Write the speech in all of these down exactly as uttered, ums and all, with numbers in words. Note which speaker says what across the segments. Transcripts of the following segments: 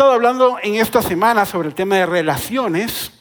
Speaker 1: estado hablando en esta semana sobre el tema de relaciones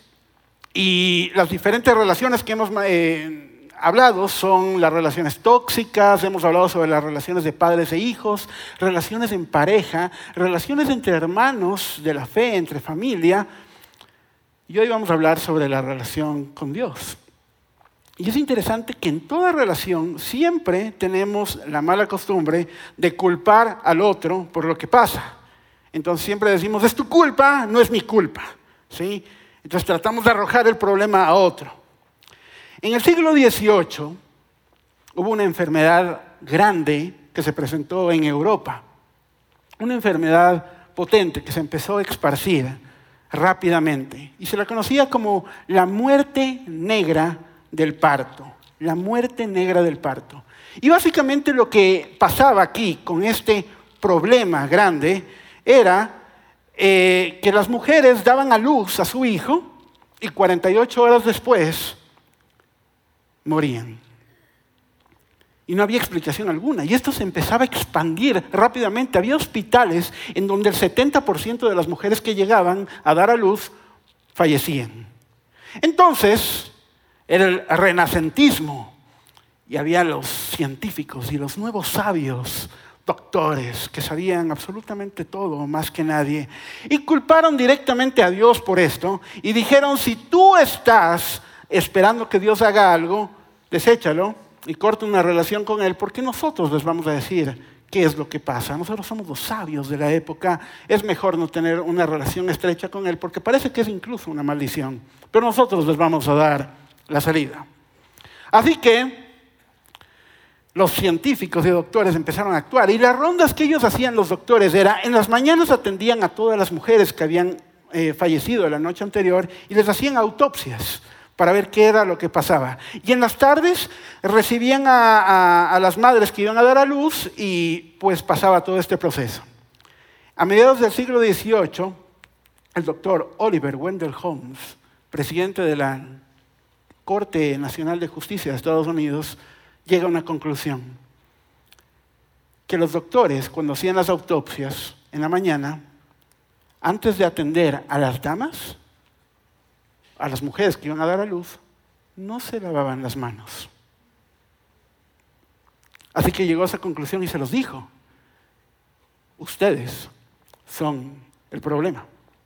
Speaker 1: y las diferentes relaciones que hemos eh, hablado son las relaciones tóxicas, hemos hablado sobre las relaciones de padres e hijos, relaciones en pareja, relaciones entre hermanos de la fe, entre familia. Y hoy vamos a hablar sobre la relación con Dios. Y es interesante que en toda relación siempre tenemos la mala costumbre de culpar al otro por lo que pasa. Entonces siempre decimos, es tu culpa, no es mi culpa, ¿sí? Entonces tratamos de arrojar el problema a otro. En el siglo dieciocho hubo una enfermedad grande que se presentó en Europa. Una enfermedad potente que se empezó a esparcir rápidamente. Y se la conocía como la muerte negra del parto. La muerte negra del parto. Y básicamente lo que pasaba aquí con este problema grande era eh, que las mujeres daban a luz a su hijo y cuarenta y ocho horas después morían. Y no había explicación alguna. Y esto se empezaba a expandir rápidamente. Había hospitales en donde el setenta por ciento de las mujeres que llegaban a dar a luz fallecían. Entonces, era el renacentismo. Y había los científicos y los nuevos sabios, doctores, que sabían absolutamente todo, más que nadie. Y culparon directamente a Dios por esto. Y dijeron, si tú estás esperando que Dios haga algo, deséchalo y corta una relación con Él, porque nosotros les vamos a decir qué es lo que pasa. Nosotros somos los sabios de la época. Es mejor no tener una relación estrecha con Él, porque parece que es incluso una maldición. Pero nosotros les vamos a dar la salida. Así que los científicos y doctores empezaron a actuar. Y las rondas que ellos hacían los doctores era, en las mañanas atendían a todas las mujeres que habían eh, fallecido la noche anterior y les hacían autopsias para ver qué era lo que pasaba. Y en las tardes recibían a, a, a las madres que iban a dar a luz y pues pasaba todo este proceso. A mediados del siglo dieciocho, el doctor Oliver Wendell Holmes, presidente de la Corte Nacional de Justicia de Estados Unidos, llega a una conclusión. Que los doctores, cuando hacían las autopsias en la mañana, antes de atender a las damas, a las mujeres que iban a dar a luz, no se lavaban las manos. Así que llegó a esa conclusión y se los dijo. Ustedes son el problema.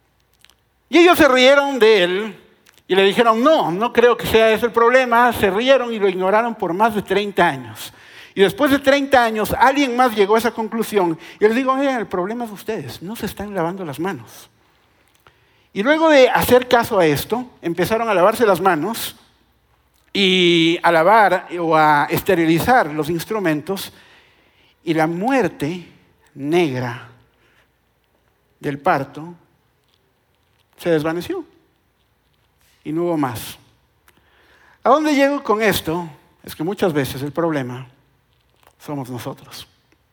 Speaker 1: Y ellos se rieron de él y le dijeron, no, no creo que sea ese el problema. Se rieron y lo ignoraron por más de treinta años. Y después de treinta años, alguien más llegó a esa conclusión. Y les digo, oigan, el problema es ustedes, no se están lavando las manos. Y luego de hacer caso a esto, empezaron a lavarse las manos y a lavar o a esterilizar los instrumentos. Y la muerte negra del parto se desvaneció. Y no hubo más. ¿A dónde llego con esto? Es que muchas veces el problema somos nosotros.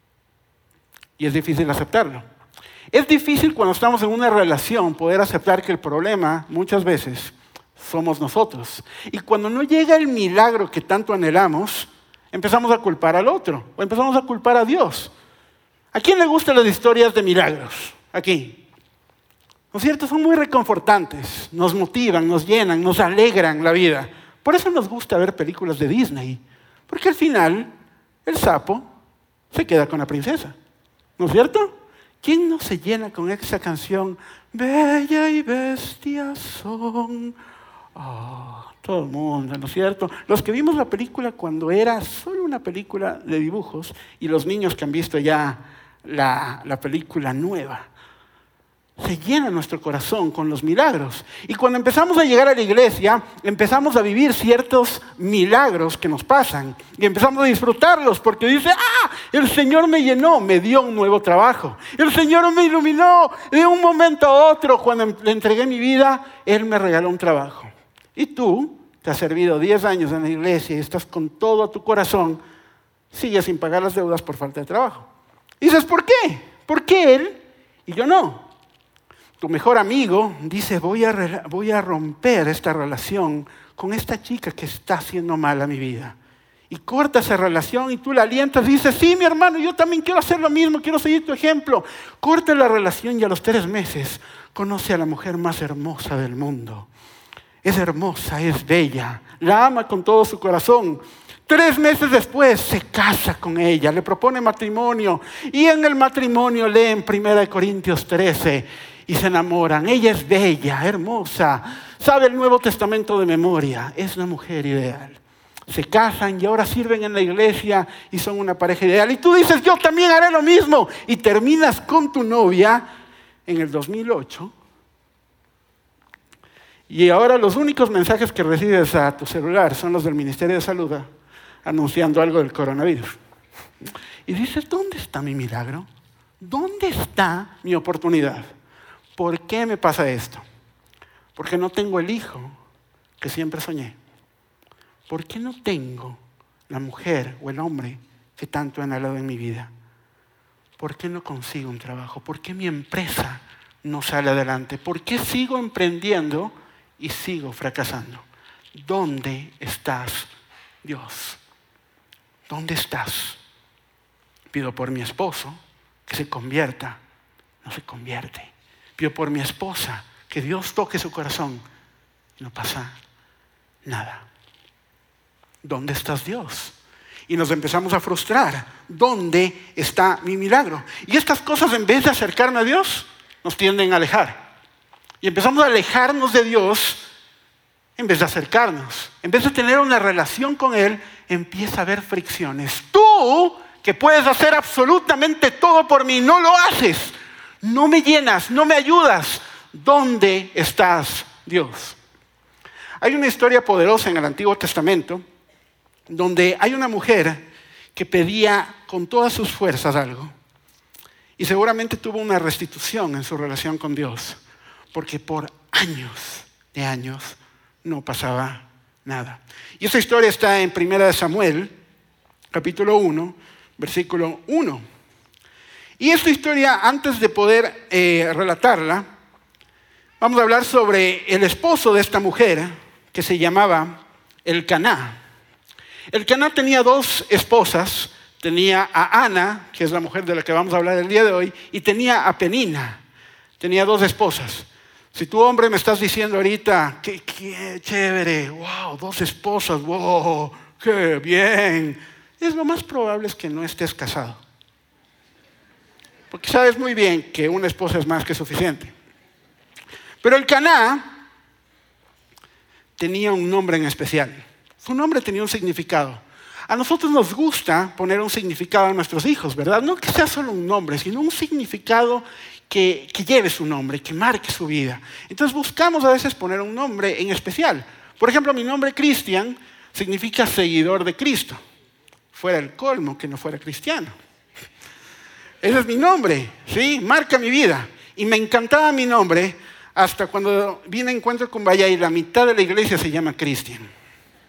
Speaker 1: Y es difícil aceptarlo. Es difícil cuando estamos en una relación poder aceptar que el problema muchas veces somos nosotros. Y cuando no llega el milagro que tanto anhelamos, empezamos a culpar al otro o empezamos a culpar a Dios. ¿A quién le gustan las historias de milagros? Aquí. ¿No es cierto? Son muy reconfortantes, nos motivan, nos llenan, nos alegran la vida. Por eso nos gusta ver películas de Disney, porque al final el sapo se queda con la princesa. ¿No es cierto? ¿Quién no se llena con esa canción? Bella y bestia son. Oh, todo el mundo, ¿no es cierto? Los que vimos la película cuando era solo una película de dibujos y los niños que han visto ya la, la película nueva. Se llena nuestro corazón con los milagros. Y cuando empezamos a llegar a la iglesia, empezamos a vivir ciertos milagros que nos pasan. Y empezamos a disfrutarlos porque dice, ¡ah! El Señor me llenó, me dio un nuevo trabajo. El Señor me iluminó de un momento a otro. Cuando le entregué mi vida, Él me regaló un trabajo. Y tú, te has servido diez años en la iglesia y estás con todo tu corazón, sigues sin pagar las deudas por falta de trabajo. Y dices, ¿por qué? ¿Por qué Él y yo no? Tu mejor amigo dice, voy a, voy a romper esta relación con esta chica que está haciendo mal a mi vida. Y corta esa relación y tú la alientas y dices, sí, mi hermano, yo también quiero hacer lo mismo, quiero seguir tu ejemplo. Corta la relación y a los tres meses conoce a la mujer más hermosa del mundo. Es hermosa, es bella, la ama con todo su corazón. Tres meses después se casa con ella, le propone matrimonio y en el matrimonio leen primera de Corintios trece y se enamoran. Ella es bella, hermosa, sabe el Nuevo Testamento de memoria, es la mujer ideal. Se casan y ahora sirven en la iglesia y son una pareja ideal. Y tú dices, yo también haré lo mismo. Y terminas con tu novia en el dos mil ocho. Y ahora los únicos mensajes que recibes a tu celular son los del Ministerio de Salud anunciando algo del coronavirus. Y dices, ¿dónde está mi milagro? ¿Dónde está mi oportunidad? ¿Por qué me pasa esto? Porque no tengo el hijo que siempre soñé. ¿Por qué no tengo la mujer o el hombre que tanto he anhelado en mi vida? ¿Por qué no consigo un trabajo? ¿Por qué mi empresa no sale adelante? ¿Por qué sigo emprendiendo y sigo fracasando? ¿Dónde estás, Dios? ¿Dónde estás? Pido por mi esposo que se convierta, no se convierte. Pido por mi esposa que Dios toque su corazón y no pasa nada. ¿Dónde estás, Dios? Y nos empezamos a frustrar. ¿Dónde está mi milagro? Y estas cosas, en vez de acercarme a Dios, nos tienden a alejar. Y empezamos a alejarnos de Dios en vez de acercarnos. En vez de tener una relación con Él, empieza a haber fricciones. Tú, que puedes hacer absolutamente todo por mí, no lo haces. No me llenas, no me ayudas. ¿Dónde estás, Dios? Hay una historia poderosa en el Antiguo Testamento donde hay una mujer que pedía con todas sus fuerzas algo y seguramente tuvo una restitución en su relación con Dios porque por años de años no pasaba nada. Y esta historia está en Primera de Samuel, capítulo uno, versículo uno. Y esta historia, antes de poder eh, relatarla, vamos a hablar sobre el esposo de esta mujer que se llamaba Elcaná. Elcaná tenía dos esposas, tenía a Ana, que es la mujer de la que vamos a hablar el día de hoy, y tenía a Penina, tenía dos esposas. Si tú, hombre, me estás diciendo ahorita, qué, qué chévere, wow, dos esposas, wow, qué bien, es lo más probable es que no estés casado. Porque sabes muy bien que una esposa es más que suficiente. Pero Elcaná tenía un nombre en especial. Su nombre tenía un significado. A nosotros nos gusta poner un significado a nuestros hijos, ¿verdad? No que sea solo un nombre, sino un significado que, que lleve su nombre, que marque su vida. Entonces buscamos a veces poner un nombre en especial. Por ejemplo, mi nombre Cristian significa seguidor de Cristo. Fuera el colmo que no fuera cristiano. Ese es mi nombre, ¿sí? Marca mi vida. Y me encantaba mi nombre hasta cuando vine a encuentro con Vaya y la mitad de la iglesia se llama Cristian.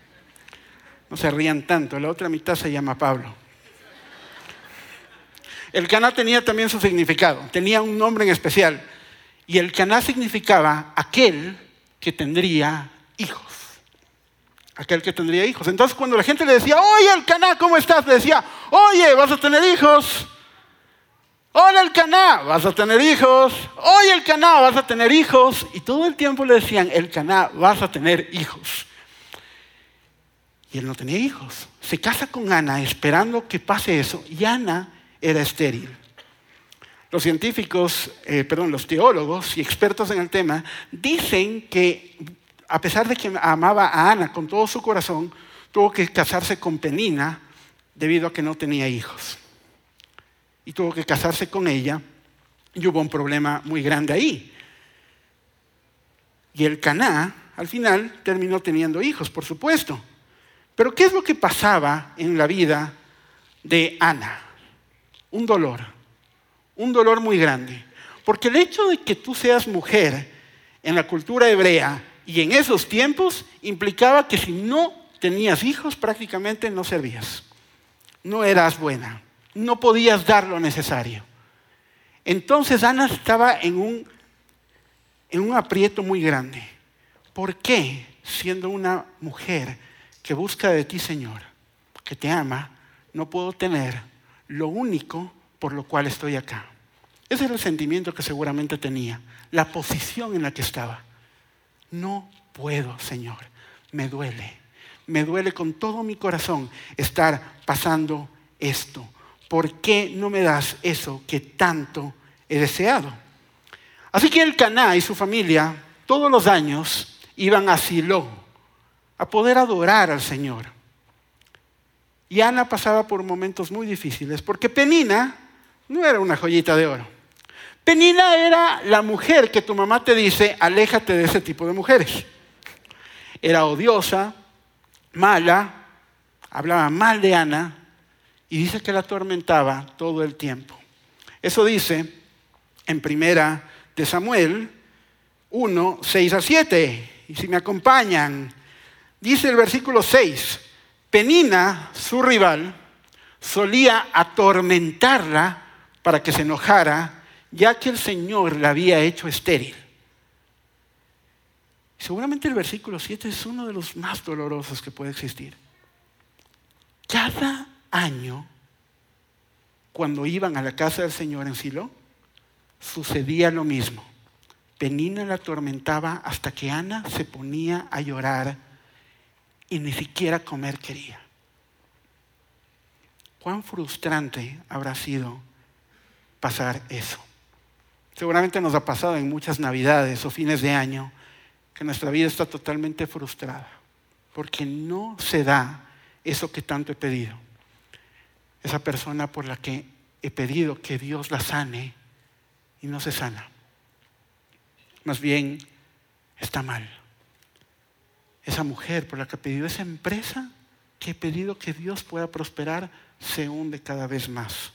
Speaker 1: No se rían tanto, la otra mitad se llama Pablo. Elcaná tenía también su significado, tenía un nombre en especial. Y Elcaná significaba aquel que tendría hijos. Aquel que tendría hijos. Entonces cuando la gente le decía, oye Elcaná, ¿cómo estás? Le decía, oye, vas a tener hijos. Hola Elcaná, vas a tener hijos. Oye Elcaná, vas a tener hijos. Y todo el tiempo le decían, Elcaná, vas a tener hijos. Y él no tenía hijos. Se casa con Ana esperando que pase eso y Ana era estéril. Los científicos, eh, perdón, los teólogos y expertos en el tema dicen que a pesar de que amaba a Ana con todo su corazón, tuvo que casarse con Penina debido a que no tenía hijos. Y tuvo que casarse con ella y hubo un problema muy grande ahí. Y Elcaná al final terminó teniendo hijos, por supuesto. Pero ¿qué es lo que pasaba en la vida de Ana? Un dolor, un dolor muy grande. Porque el hecho de que tú seas mujer en la cultura hebrea y en esos tiempos implicaba que si no tenías hijos prácticamente no servías. No eras buena, no podías dar lo necesario. Entonces Ana estaba en un, en un aprieto muy grande. ¿Por qué? Siendo una mujer que busca de ti, Señor, que te ama, no puedo tener lo único por lo cual estoy acá. Ese era el sentimiento que seguramente tenía, la posición en la que estaba. No puedo, Señor, me duele, me duele con todo mi corazón estar pasando esto. ¿Por qué no me das eso que tanto he deseado? Así que Elcaná y su familia todos los años iban a Silo a poder adorar al Señor. Y Ana pasaba por momentos muy difíciles porque Penina no era una joyita de oro. Penina era la mujer que tu mamá te dice, aléjate de ese tipo de mujeres. Era odiosa, mala, hablaba mal de Ana y dice que la atormentaba todo el tiempo. Eso dice en Primera de Samuel uno, seis a siete. Y si me acompañan, dice el versículo seis, Penina, su rival, solía atormentarla para que se enojara, ya que el Señor la había hecho estéril. Seguramente el versículo siete es uno de los más dolorosos que puede existir. Cada año, cuando iban a la casa del Señor en Silo, sucedía lo mismo. Penina la atormentaba hasta que Ana se ponía a llorar y ni siquiera comer quería. ¿Cuán frustrante habrá sido pasar eso? Seguramente nos ha pasado en muchas navidades o fines de año que nuestra vida está totalmente frustrada porque no se da eso que tanto he pedido. Esa persona por la que he pedido que Dios la sane y no se sana. Más bien está mal. Esa mujer por la que he pedido, esa empresa que he pedido que Dios pueda prosperar, se hunde cada vez más.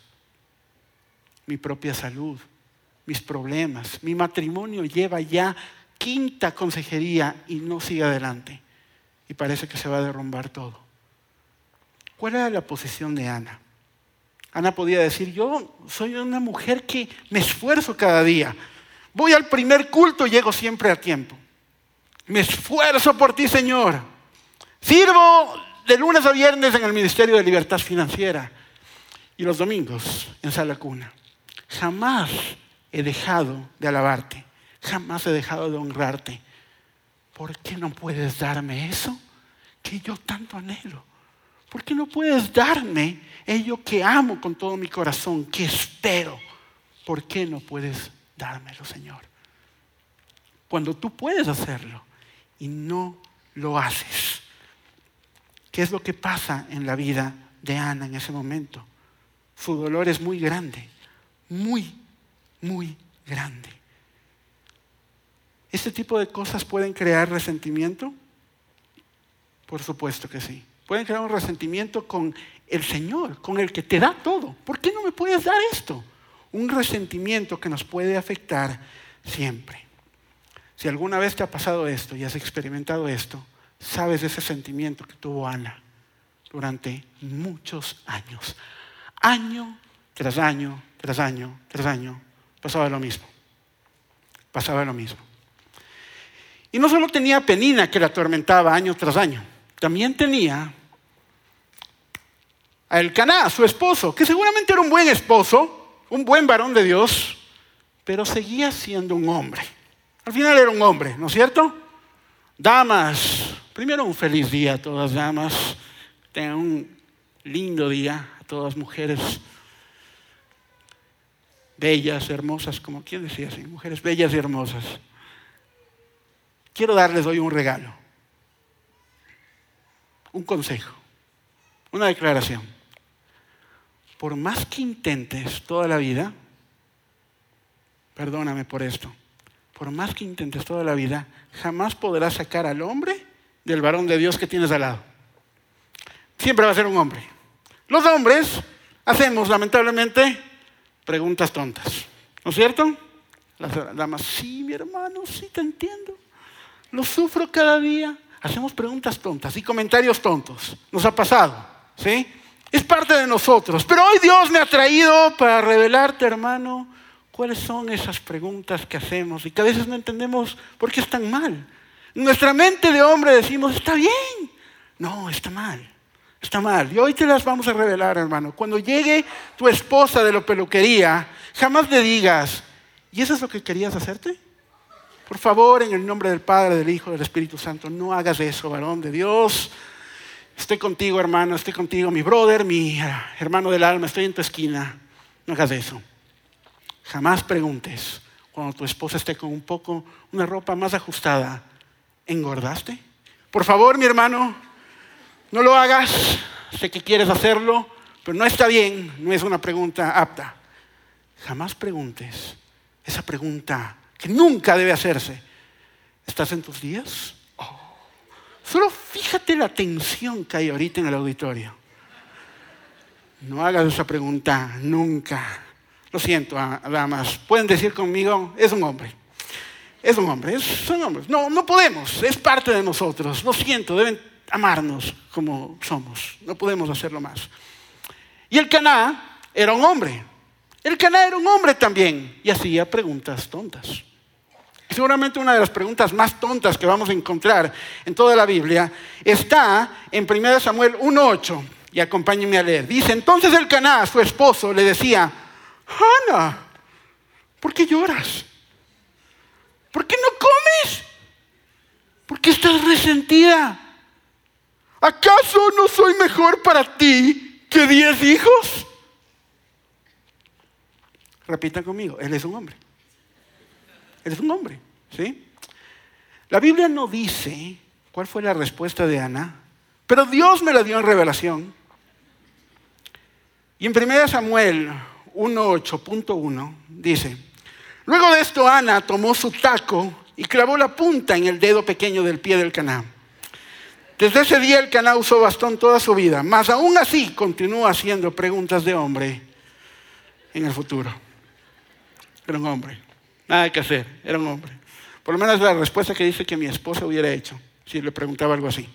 Speaker 1: Mi propia salud, mis problemas, mi matrimonio lleva ya quinta consejería y no sigue adelante. Y parece que se va a derrumbar todo. ¿Cuál era la posición de Ana? Ana podía decir, yo soy una mujer que me esfuerzo cada día. Voy al primer culto y llego siempre a tiempo. Me esfuerzo por ti, Señor. Sirvo de lunes a viernes en el Ministerio de Libertad Financiera y los domingos en Sala Cuna. Jamás he dejado de alabarte. Jamás he dejado de honrarte. ¿Por qué no puedes darme eso que yo tanto anhelo? ¿Por qué no puedes darme ello que amo con todo mi corazón, que espero? ¿Por qué no puedes dármelo, Señor? Cuando tú puedes hacerlo y no lo haces. ¿Qué es lo que pasa en la vida de Ana en ese momento? Su dolor es muy grande, muy, muy grande. ¿Este tipo de cosas pueden crear resentimiento? Por supuesto que sí. Pueden crear un resentimiento con el Señor, con el que te da todo. ¿Por qué no me puedes dar esto? Un resentimiento que nos puede afectar siempre. Si alguna vez te ha pasado esto y has experimentado esto, sabes de ese sentimiento que tuvo Ana durante muchos años. Año tras año, tras año, tras año, pasaba lo mismo. Pasaba lo mismo. Y no solo tenía a Penina que la atormentaba año tras año, también tenía a Elcaná, su esposo, que seguramente era un buen esposo, un buen varón de Dios, pero seguía siendo un hombre. Al final era un hombre, ¿no es cierto? Damas, primero un feliz día a todas damas, tengan un lindo día a todas mujeres bellas, hermosas, como quien decía así, mujeres bellas y hermosas. Quiero darles hoy un regalo, un consejo, una declaración. Por más que intentes toda la vida, perdóname por esto, por más que intentes toda la vida, jamás podrás sacar al hombre del varón de Dios que tienes al lado. Siempre va a ser un hombre. Los hombres hacemos, lamentablemente, preguntas tontas. ¿No es cierto? Las damas, sí, mi hermano, sí te entiendo. Lo sufro cada día. Hacemos preguntas tontas y comentarios tontos. Nos ha pasado, ¿sí? Es parte de nosotros. Pero hoy Dios me ha traído para revelarte, hermano, cuáles son esas preguntas que hacemos y que a veces no entendemos por qué están mal. En nuestra mente de hombre decimos, está bien. No, está mal. Está mal. Y hoy te las vamos a revelar, hermano. Cuando llegue tu esposa de la peluquería, jamás le digas, ¿y eso es lo que querías hacerte? Por favor, en el nombre del Padre, del Hijo, del Espíritu Santo, no hagas eso, varón de Dios. Estoy contigo, hermano, estoy contigo, mi brother, mi hermano del alma, estoy en tu esquina. No hagas eso. Jamás preguntes, cuando tu esposa esté con un poco, una ropa más ajustada, ¿engordaste? Por favor, mi hermano, no lo hagas. Sé que quieres hacerlo, pero no está bien, no es una pregunta apta. Jamás preguntes esa pregunta que nunca debe hacerse. ¿Estás en tus días? Oh. Solo fíjate la tensión que hay ahorita en el auditorio. No hagas esa pregunta nunca. Lo siento, damas. Pueden decir conmigo, es un hombre. Es un hombre, es, son hombres. No, no podemos, es parte de nosotros. Lo siento, deben amarnos como somos. No podemos hacerlo más. Y el Caná era un hombre. El Caná era un hombre también y hacía preguntas tontas. Y seguramente una de las preguntas más tontas que vamos a encontrar en toda la Biblia está en primera Samuel uno ocho. Y acompáñenme a leer. Dice, entonces el Caná, su esposo, le decía, Hannah, ¿por qué lloras? ¿Por qué no comes? ¿Por qué estás resentida? ¿Acaso no soy mejor para ti que diez hijos? Repita conmigo, él es un hombre. Él es un hombre, ¿sí? La Biblia no dice cuál fue la respuesta de Ana, pero Dios me la dio en revelación. Y en primera Samuel uno ocho punto uno dice, luego de esto Ana tomó su taco y clavó la punta en el dedo pequeño del pie del Caná. Desde ese día el Caná usó bastón toda su vida, mas aún así continuó haciendo preguntas de hombre en el futuro. Era un hombre, nada que hacer, era un hombre. Por lo menos la respuesta que dice que mi esposa hubiera hecho, si le preguntaba algo así.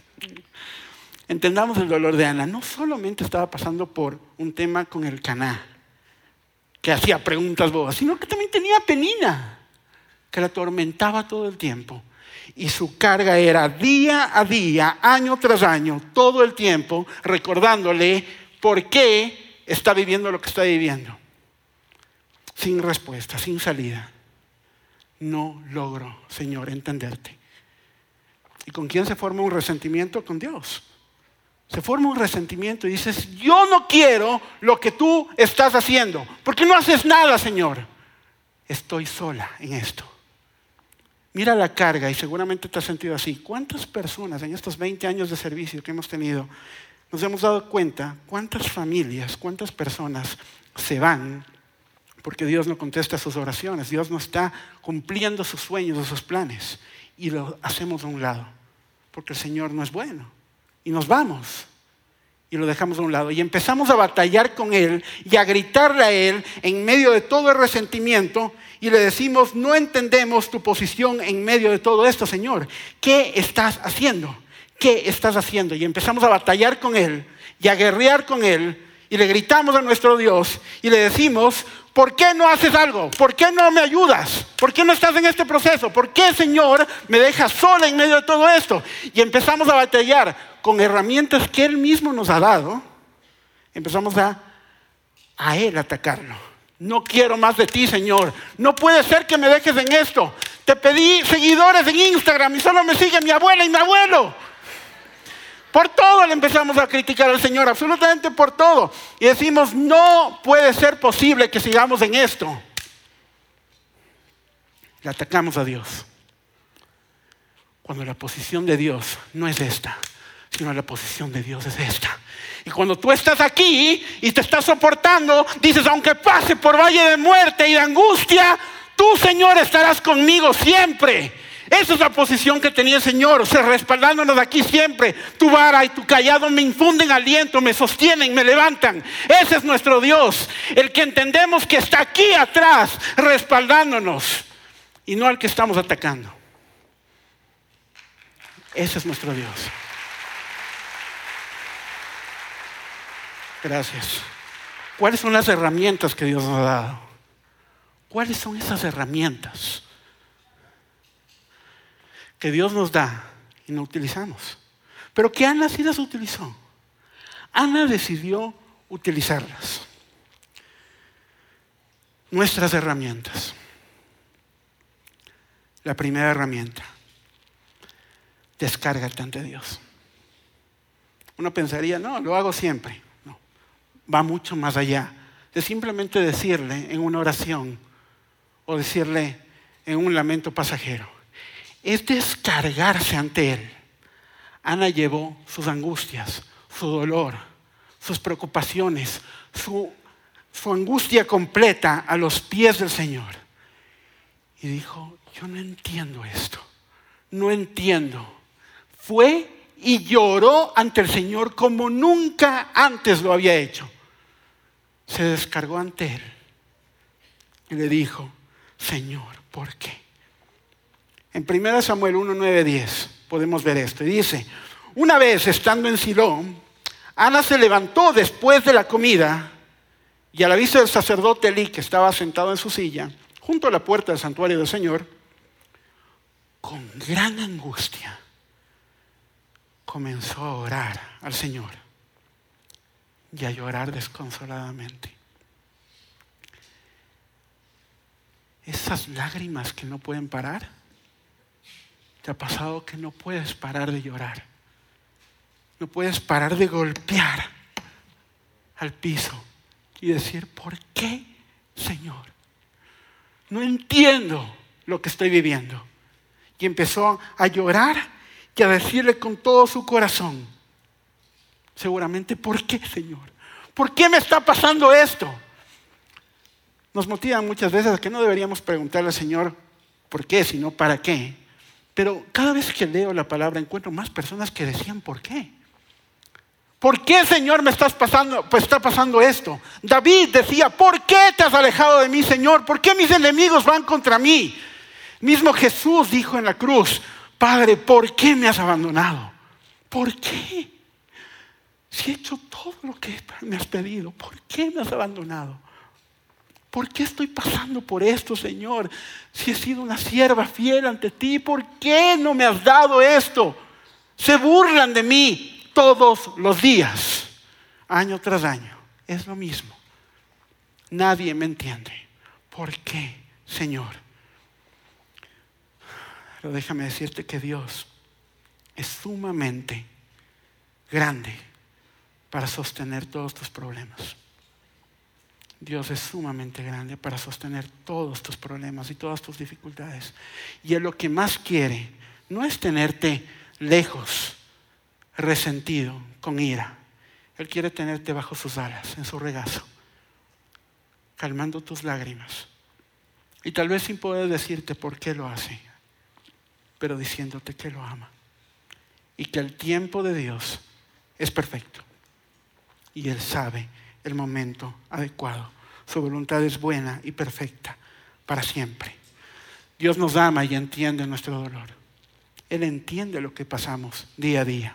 Speaker 1: Entendamos el dolor de Ana. No solamente estaba pasando por un tema con el Caná, que hacía preguntas bobas, sino que también tenía Penina, que la atormentaba todo el tiempo. Y su carga era día a día, año tras año, todo el tiempo, recordándole por qué está viviendo lo que está viviendo. Sin respuesta, sin salida. No logro, Señor, entenderte. ¿Y con quién se forma un resentimiento? Con Dios. Se forma un resentimiento y dices, yo no quiero lo que tú estás haciendo. ¿Por qué no haces nada, Señor? Estoy sola en esto. Mira la carga y seguramente te has sentido así. ¿Cuántas personas en estos veinte años de servicio que hemos tenido nos hemos dado cuenta? ¿Cuántas familias, cuántas personas se van porque Dios no contesta sus oraciones? Dios no está cumpliendo sus sueños o sus planes y lo hacemos a un lado porque el Señor no es bueno. Y nos vamos y lo dejamos a un lado. Y empezamos a batallar con Él y a gritarle a Él en medio de todo el resentimiento y le decimos, no entendemos tu posición en medio de todo esto, Señor. ¿Qué estás haciendo? ¿Qué estás haciendo? Y empezamos a batallar con Él y a guerrear con Él y le gritamos a nuestro Dios y le decimos, ¿por qué no haces algo? ¿Por qué no me ayudas? ¿Por qué no estás en este proceso? ¿Por qué, Señor, me dejas sola en medio de todo esto? Y empezamos a batallar con herramientas que Él mismo nos ha dado. Empezamos a, a Él atacarlo. No quiero más de ti, Señor. No puede ser que me dejes en esto. Te pedí seguidores en Instagram y solo me sigue mi abuela y mi abuelo. Por todo le empezamos a criticar al Señor, absolutamente por todo. Y decimos, no puede ser posible que sigamos en esto. Le atacamos a Dios. Cuando la posición de Dios no es esta, sino la posición de Dios es esta. Y cuando tú estás aquí y te estás soportando, dices, aunque pase por valle de muerte y de angustia, tú, Señor, estarás conmigo siempre. Esa es la posición que tenía el Señor, o sea, respaldándonos aquí siempre. Tu vara y tu callado me infunden aliento, me sostienen, me levantan. Ese es nuestro Dios, el que entendemos que está aquí atrás, respaldándonos, y no al que estamos atacando. Ese es nuestro Dios. Gracias. ¿Cuáles son las herramientas que Dios nos ha dado? ¿Cuáles son esas herramientas que Dios nos da y no utilizamos? Pero que Ana sí las utilizó. Ana decidió utilizarlas. Nuestras herramientas. La primera herramienta, descárgate ante Dios. Uno pensaría, no, lo hago siempre. No, va mucho más allá de simplemente decirle en una oración o decirle en un lamento pasajero. Es descargarse ante Él. Ana llevó sus angustias, su dolor, sus preocupaciones, su, su angustia completa a los pies del Señor. Y dijo, yo no entiendo esto, no entiendo. Fue y lloró ante el Señor como nunca antes lo había hecho. Se descargó ante Él y le dijo, Señor, ¿por qué? En primera Samuel uno, nueve, diez podemos ver esto. Y dice, una vez estando en Silo, Ana se levantó después de la comida y a la vista del sacerdote Elí, que estaba sentado en su silla, junto a la puerta del santuario del Señor, con gran angustia, comenzó a orar al Señor y a llorar desconsoladamente. Esas lágrimas que no pueden parar, ¿te ha pasado que no puedes parar de llorar? No puedes parar de golpear al piso y decir, ¿por qué, Señor? No entiendo lo que estoy viviendo. Y empezó a llorar y a decirle con todo su corazón, seguramente, ¿por qué, Señor? ¿Por qué me está pasando esto? Nos motivan muchas veces a que no deberíamos preguntarle al Señor ¿por qué? Sino ¿para qué? Pero cada vez que leo la palabra encuentro más personas que decían ¿por qué? ¿Por qué, Señor, me estás pasando, pues está pasando esto? David decía, ¿por qué te has alejado de mí, Señor? ¿Por qué mis enemigos van contra mí? Mismo Jesús dijo en la cruz, Padre, ¿por qué me has abandonado? ¿Por qué? Si he hecho todo lo que me has pedido, ¿por qué me has abandonado? ¿Por qué estoy pasando por esto, Señor? Si he sido una sierva fiel ante ti, ¿por qué no me has dado esto? Se burlan de mí todos los días, año tras año. Es lo mismo. Nadie me entiende. ¿Por qué, Señor? Pero déjame decirte que Dios es sumamente grande para sostener todos tus problemas. Dios es sumamente grande para sostener todos tus problemas y todas tus dificultades. Y Él lo que más quiere no es tenerte lejos, resentido, con ira. Él quiere tenerte bajo sus alas, en su regazo, calmando tus lágrimas. Y tal vez sin poder decirte por qué lo hace, pero diciéndote que lo ama. Y que el tiempo de Dios es perfecto. Y Él sabe el momento adecuado. Su voluntad es buena y perfecta para siempre. Dios nos ama y entiende nuestro dolor. Él entiende lo que pasamos día a día.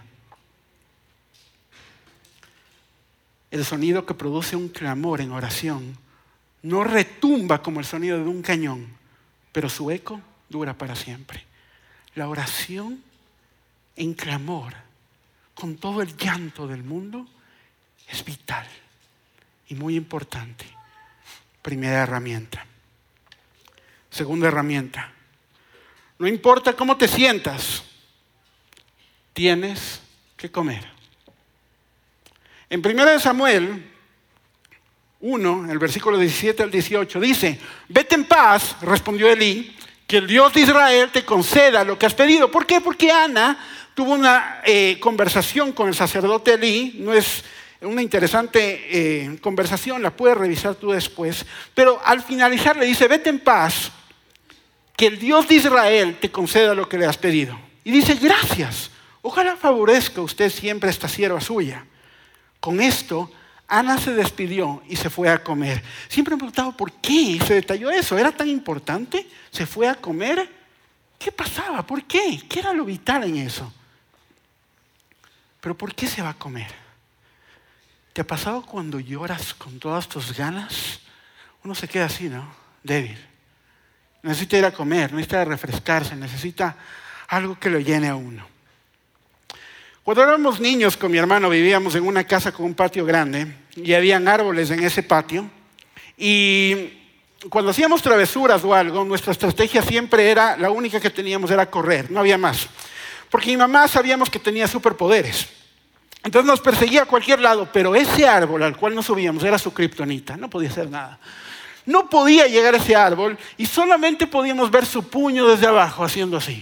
Speaker 1: El sonido que produce un clamor en oración no retumba como el sonido de un cañón, pero su eco dura para siempre. La oración en clamor, con todo el llanto del mundo, es vital y muy importante. Primera herramienta. Segunda herramienta. No importa cómo te sientas, tienes que comer. En primera Samuel uno, el versículo diecisiete al dieciocho, dice, vete en paz, respondió Elí, que el Dios de Israel te conceda lo que has pedido. ¿Por qué? Porque Ana tuvo una eh, conversación con el sacerdote Elí. No es una interesante eh, conversación, la puedes revisar tú después. Pero al finalizar le dice, vete en paz, que el Dios de Israel te conceda lo que le has pedido. Y dice, gracias, ojalá favorezca usted siempre a esta sierva suya. Con esto, Ana se despidió y se fue a comer. Siempre me he preguntado por qué se detalló eso. ¿Era tan importante? ¿Se fue a comer? ¿Qué pasaba? ¿Por qué? ¿Qué era lo vital en eso? Pero ¿por qué se va a comer? ¿Te ha pasado cuando lloras con todas tus ganas? Uno se queda así, ¿no? Débil. Necesita ir a comer, necesita refrescarse, necesita algo que lo llene a uno. Cuando éramos niños con mi hermano vivíamos en una casa con un patio grande y habían árboles en ese patio. Y cuando hacíamos travesuras o algo, nuestra estrategia siempre era, la única que teníamos era correr, no había más. Porque mi mamá sabíamos que tenía superpoderes. Entonces nos perseguía a cualquier lado, pero ese árbol al cual nos subíamos era su kriptonita, no podía hacer nada. No podía llegar a ese árbol y solamente podíamos ver su puño desde abajo haciendo así.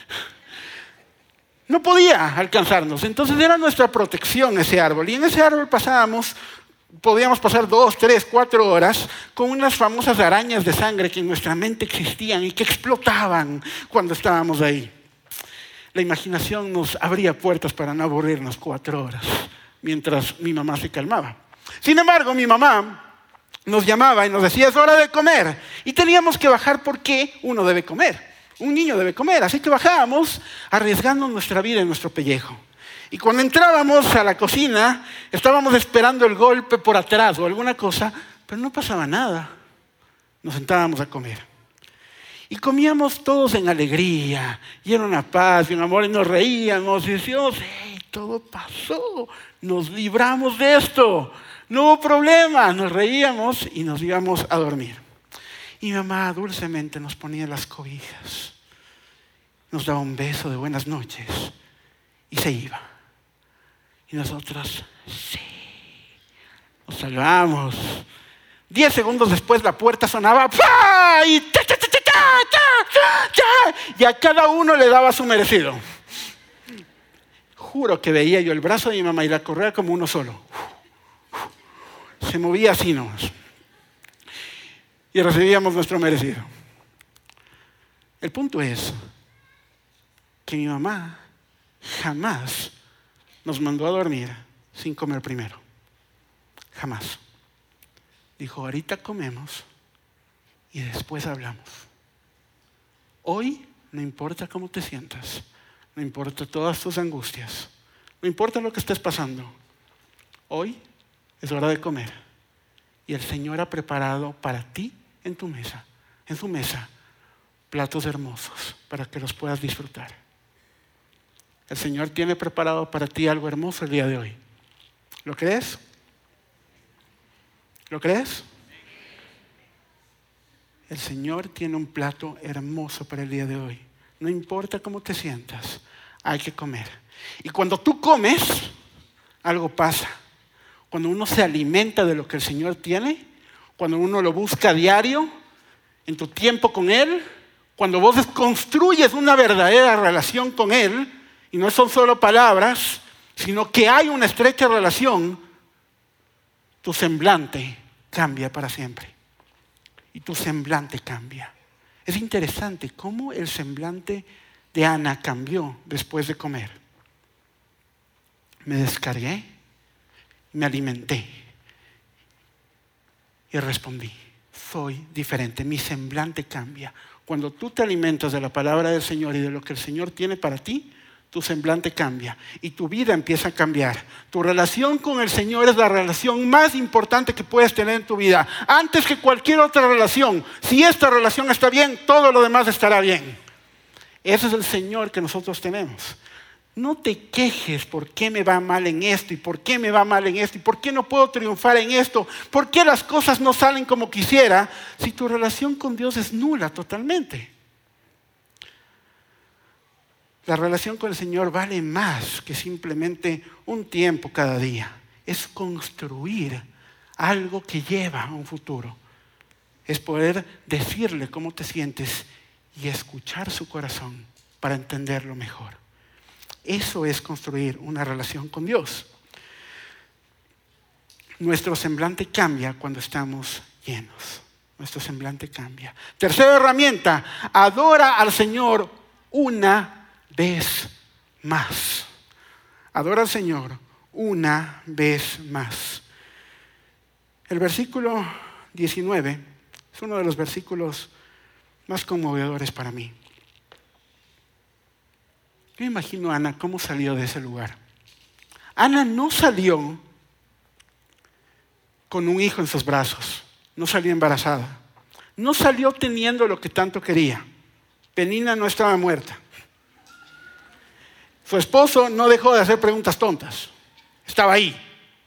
Speaker 1: No podía alcanzarnos, entonces era nuestra protección ese árbol. Y en ese árbol pasábamos, podíamos pasar dos, tres, cuatro horas con unas famosas arañas de sangre que en nuestra mente existían y que explotaban cuando estábamos ahí. La imaginación nos abría puertas para no aburrirnos cuatro horas mientras mi mamá se calmaba. Sin embargo, mi mamá nos llamaba y nos decía, es hora de comer. Y teníamos que bajar porque uno debe comer. Un niño debe comer, así que bajábamos arriesgando nuestra vida en nuestro pellejo. Y cuando entrábamos a la cocina, estábamos esperando el golpe por atrás o alguna cosa, pero no pasaba nada. Nos sentábamos a comer. Y comíamos todos en alegría, y era una paz y un amor, y nos reíamos y decíamos, hey, todo pasó, nos libramos de esto, no hubo problema, nos reíamos y nos íbamos a dormir. Y mi mamá dulcemente nos ponía las cobijas, nos daba un beso de buenas noches y se iba. Y nosotros, sí, nos salvamos. Diez segundos después la puerta sonaba ¡pah! Y, ta, ta, ta, ta, ta, ta, ta, y a cada uno le daba su merecido. Juro que veía yo el brazo de mi mamá y la correa como uno solo. Se movía así nomás. Y recibíamos nuestro merecido. El punto es que mi mamá jamás nos mandó a dormir sin comer primero. Jamás. Dijo, ahorita comemos y después hablamos. Hoy no importa cómo te sientas, no importa todas tus angustias, no importa lo que estés pasando. Hoy es hora de comer. Y el Señor ha preparado para ti en tu mesa, en su mesa, platos hermosos para que los puedas disfrutar. El Señor tiene preparado para ti algo hermoso el día de hoy. ¿Lo crees? ¿Lo crees? El Señor tiene un plato hermoso para el día de hoy. No importa cómo te sientas, hay que comer. Y cuando tú comes, algo pasa. Cuando uno se alimenta de lo que el Señor tiene, cuando uno lo busca a diario, en tu tiempo con Él, cuando vos construyes una verdadera relación con Él, y no son solo palabras, sino que hay una estrecha relación, tu semblante cambia para siempre. Y tu semblante cambia. Es interesante cómo el semblante de Ana cambió después de comer. Me descargué, me alimenté y respondí. Soy diferente, mi semblante cambia. Cuando tú te alimentas de la palabra del Señor y de lo que el Señor tiene para ti, tu semblante cambia y tu vida empieza a cambiar. Tu relación con el Señor es la relación más importante que puedes tener en tu vida. Antes que cualquier otra relación. Si esta relación está bien, todo lo demás estará bien. Ese es el Señor que nosotros tenemos. No te quejes por qué me va mal en esto y por qué me va mal en esto y por qué no puedo triunfar en esto, por qué las cosas no salen como quisiera, si tu relación con Dios es nula totalmente. La relación con el Señor vale más que simplemente un tiempo cada día. Es construir algo que lleva a un futuro. Es poder decirle cómo te sientes y escuchar su corazón para entenderlo mejor. Eso es construir una relación con Dios. Nuestro semblante cambia cuando estamos llenos. Nuestro semblante cambia. Tercera herramienta, adora al Señor una vez más. Adora al Señor una vez más. El versículo diecinueve es uno de los versículos más conmovedores para mí. Yo imagino a Ana cómo salió de ese lugar. Ana no salió con un hijo en sus brazos, no salió embarazada, no salió teniendo lo que tanto quería. Penina no estaba muerta. Su esposo no dejó de hacer preguntas tontas. Estaba ahí.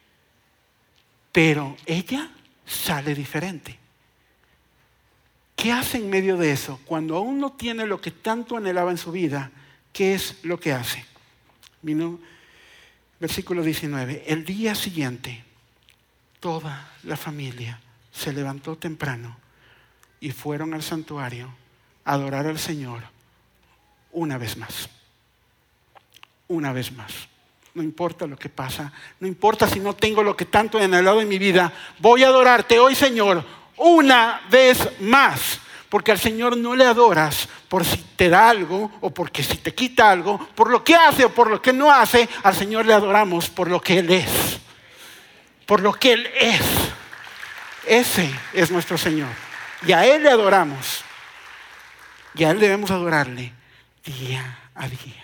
Speaker 1: Pero ella sale diferente. ¿Qué hace en medio de eso? Cuando aún no tiene lo que tanto anhelaba en su vida, ¿qué es lo que hace? Vino, versículo diecinueve. El día siguiente, toda la familia se levantó temprano y fueron al santuario a adorar al Señor una vez más. Una vez más. No importa lo que pasa, no importa si no tengo lo que tanto he anhelado en mi vida, voy a adorarte hoy, Señor, una vez más. Porque al Señor no le adoras por si te da algo o porque si te quita algo, por lo que hace o por lo que no hace. Al Señor le adoramos por lo que Él es, por lo que Él es. Ese es nuestro Señor. Y a Él le adoramos. Y a Él debemos adorarle día a día.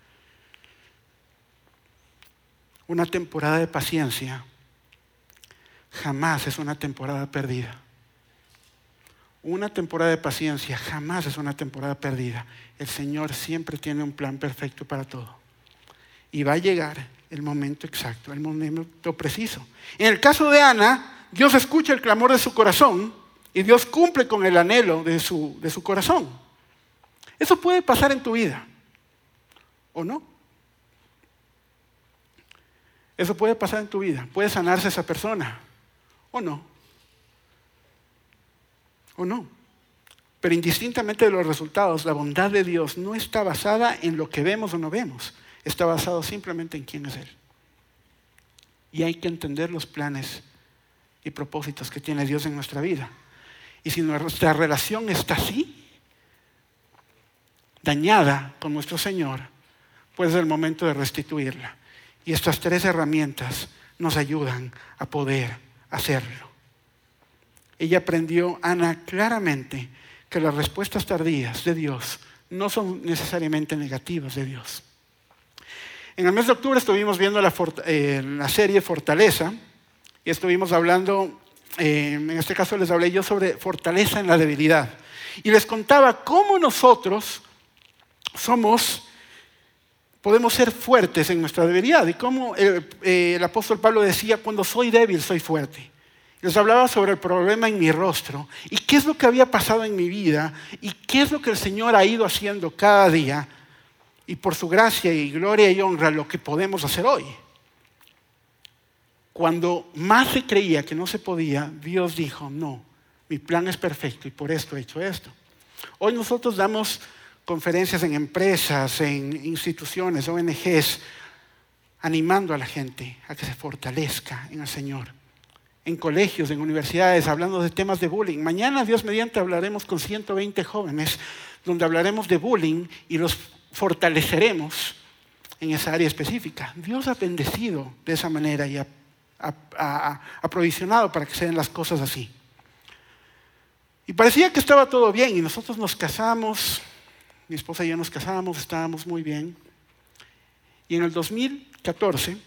Speaker 1: Una temporada de paciencia jamás es una temporada perdida. Una temporada de paciencia jamás es una temporada perdida. El Señor siempre tiene un plan perfecto para todo. Y va a llegar el momento exacto, el momento preciso. En el caso de Ana, Dios escucha el clamor de su corazón y Dios cumple con el anhelo de su, de su corazón. Eso puede pasar en tu vida, ¿o no? Eso puede pasar en tu vida. Puede sanarse esa persona, ¿o no? ¿O no? Pero indistintamente de los resultados, la bondad de Dios no está basada en lo que vemos o no vemos. Está basado simplemente en quién es Él. Y hay que entender los planes y propósitos que tiene Dios en nuestra vida. Y si nuestra relación está así, dañada con nuestro Señor, pues es el momento de restituirla. Y estas tres herramientas nos ayudan a poder hacerlo. Ella aprendió, Ana, claramente que las respuestas tardías de Dios no son necesariamente negativas de Dios. En el mes de octubre estuvimos viendo la, eh, la serie Fortaleza y estuvimos hablando, eh, en este caso les hablé yo sobre fortaleza en la debilidad. Y les contaba cómo nosotros somos... podemos ser fuertes en nuestra debilidad. Y como el, eh, el apóstol Pablo decía, cuando soy débil, soy fuerte. Les hablaba sobre el problema en mi rostro y qué es lo que había pasado en mi vida y qué es lo que el Señor ha ido haciendo cada día y por su gracia y gloria y honra lo que podemos hacer hoy. Cuando más se creía que no se podía, Dios dijo, no, mi plan es perfecto y por esto he hecho esto. Hoy nosotros damos conferencias en empresas, en instituciones, O N Ges, animando a la gente a que se fortalezca en el Señor. En colegios, en universidades, hablando de temas de bullying. Mañana, Dios mediante, hablaremos con ciento veinte jóvenes, donde hablaremos de bullying y los fortaleceremos en esa área específica. Dios ha bendecido de esa manera y ha, ha, ha, ha provisionado para que se den las cosas así. Y parecía que estaba todo bien y nosotros nos casamos. Mi esposa y yo nos casamos, estábamos muy bien. Y en el dos mil catorce,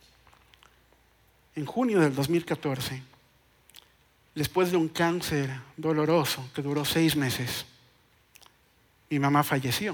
Speaker 1: en junio del dos mil catorce, después de un cáncer doloroso que duró seis meses, mi mamá falleció.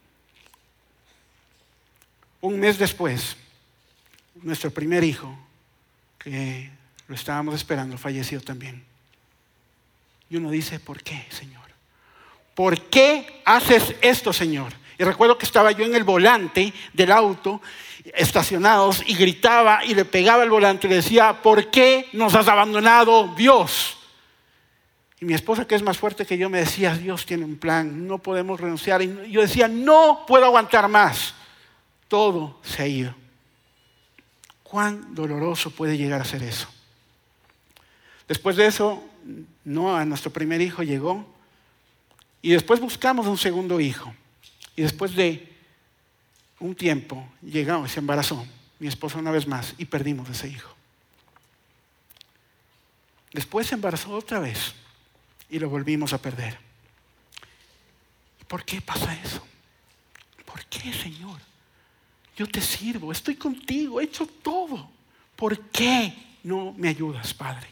Speaker 1: Un mes después, nuestro primer hijo, que lo estábamos esperando, falleció también. Y uno dice, ¿por qué, Señor? ¿Por qué haces esto, Señor? Y recuerdo que estaba yo en el volante del auto, estacionados, y gritaba y le pegaba el volante y le decía, ¿por qué nos has abandonado, Dios? Y mi esposa, que es más fuerte que yo, me decía, Dios tiene un plan, no podemos renunciar. Y yo decía, no puedo aguantar más. Todo se ha ido. ¿Cuán doloroso puede llegar a ser eso? Después de eso, Noah, nuestro primer hijo, llegó. Y después buscamos un segundo hijo. Y después de un tiempo llegamos, se embarazó mi esposa una vez más y perdimos ese hijo. Después se embarazó otra vez y lo volvimos a perder. ¿Por qué pasa eso? ¿Por qué, Señor? Yo te sirvo, estoy contigo, he hecho todo. ¿Por qué no me ayudas, Padre?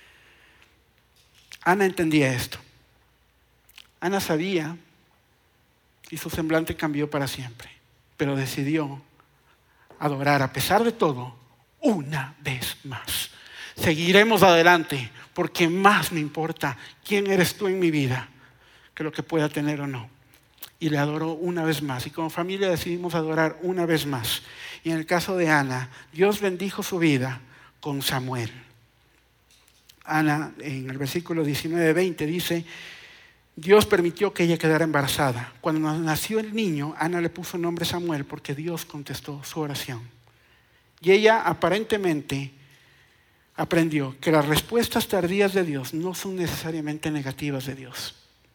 Speaker 1: Ana entendía esto. Ana sabía y su semblante cambió para siempre. pero decidió adorar a pesar de todo una vez más. Seguiremos adelante porque más me importa quién eres tú en mi vida que lo que pueda tener o no. Y le adoró una vez más. Y como familia decidimos adorar una vez más. Y en el caso de Ana, Dios bendijo su vida con Samuel. Ana, en el versículo diecinueve veinte, dice: Dios permitió que ella quedara embarazada. Cuando nació el niño, Ana le puso el nombre Samuel porque Dios contestó su oración. Y ella aparentemente aprendió que las respuestas tardías de Dios no son necesariamente negativas de Dios.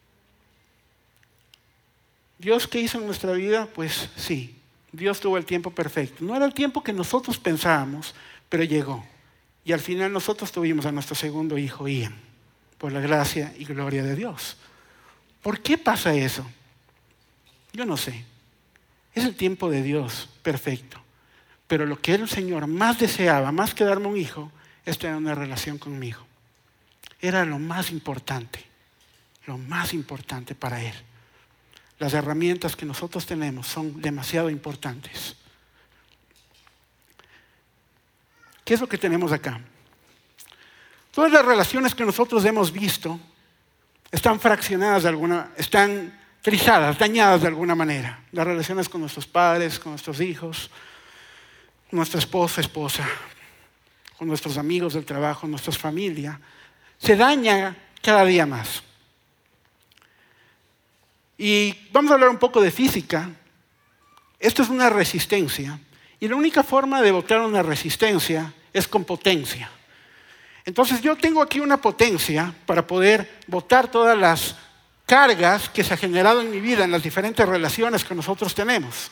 Speaker 1: ¿Dios qué hizo en nuestra vida? Pues sí, Dios tuvo el tiempo perfecto. No era el tiempo que nosotros pensábamos, pero llegó. Y al final nosotros tuvimos a nuestro segundo hijo, Ian, por la gracia y gloria de Dios. ¿Por qué pasa eso? Yo no sé. Es el tiempo de Dios perfecto. Pero lo que el Señor más deseaba, más que darme un hijo, es tener una relación conmigo. Era lo más importante, lo más importante para Él. Las herramientas que nosotros tenemos son demasiado importantes. ¿Qué es lo que tenemos acá? Todas las relaciones que nosotros hemos visto están fraccionadas de alguna, están trizadas, dañadas de alguna manera. Las relaciones con nuestros padres, con nuestros hijos, nuestra esposa, esposa, con nuestros amigos del trabajo, nuestra familia, se daña cada día más. Y vamos a hablar un poco de física. Esto es una resistencia. Y la única forma de botar una resistencia es con potencia. Entonces yo tengo aquí una potencia para poder botar todas las cargas que se han generado en mi vida en las diferentes relaciones que nosotros tenemos.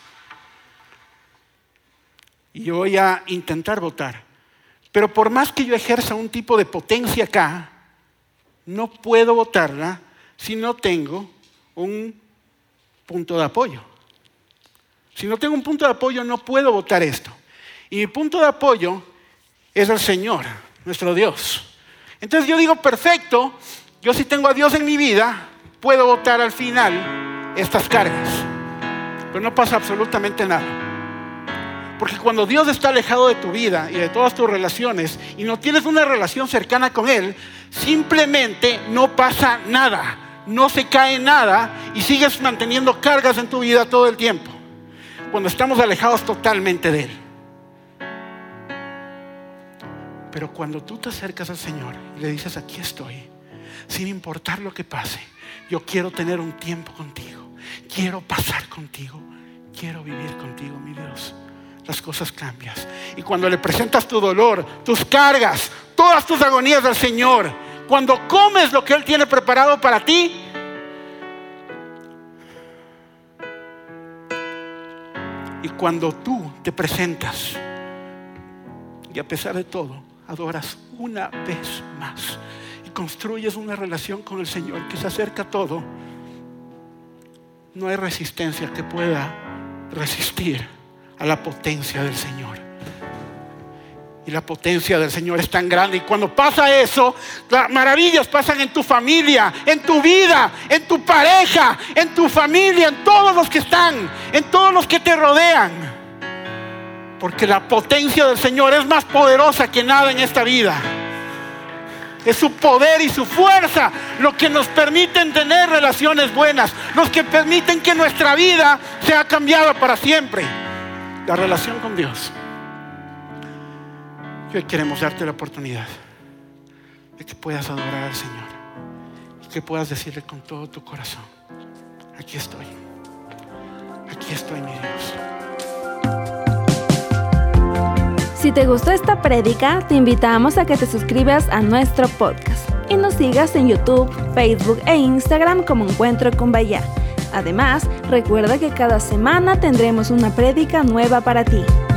Speaker 1: Y yo voy a intentar botar. Pero por más que yo ejerza un tipo de potencia acá, no puedo botarla si no tengo un punto de apoyo. Si no tengo un punto de apoyo, no puedo botar esto. Y mi punto de apoyo es el Señor, nuestro Dios. Entonces yo digo, perfecto, yo si tengo a Dios en mi vida, puedo botar al final estas cargas. Pero no pasa absolutamente nada. Porque cuando Dios está alejado de tu vida y de todas tus relaciones y no tienes una relación cercana con Él, simplemente no pasa nada. No se cae nada y sigues manteniendo cargas en tu vida todo el tiempo. Cuando estamos alejados totalmente de Él. Pero cuando tú te acercas al Señor y le dices, aquí estoy, sin importar lo que pase, yo quiero tener un tiempo contigo, quiero pasar contigo, quiero vivir contigo, mi Dios. Las cosas cambian. Y cuando le presentas tu dolor, tus cargas, todas tus agonías al Señor, cuando comes lo que Él tiene preparado para ti, y cuando tú te presentas y a pesar de todo adoras una vez más y construyes una relación con el Señor que se acerca a todo, no hay resistencia que pueda resistir a la potencia del Señor. Y la potencia del Señor es tan grande. Y cuando pasa eso, las maravillas pasan en tu familia, en tu vida, en tu pareja, en tu familia, en todos los que están, en todos los que te rodean. Porque la potencia del Señor es más poderosa que nada en esta vida. Es su poder y su fuerza lo que nos permiten tener relaciones buenas, los que permiten que nuestra vida sea cambiada para siempre. La relación con Dios. Y hoy queremos darte la oportunidad de que puedas adorar al Señor y que puedas decirle con todo tu corazón, aquí estoy, aquí estoy, mi Dios.
Speaker 2: Si te gustó esta prédica, te invitamos a que te suscribas a nuestro podcast y nos sigas en YouTube, Facebook e Instagram como Encuentro con Bayá. Además, recuerda que cada semana tendremos una prédica nueva para ti.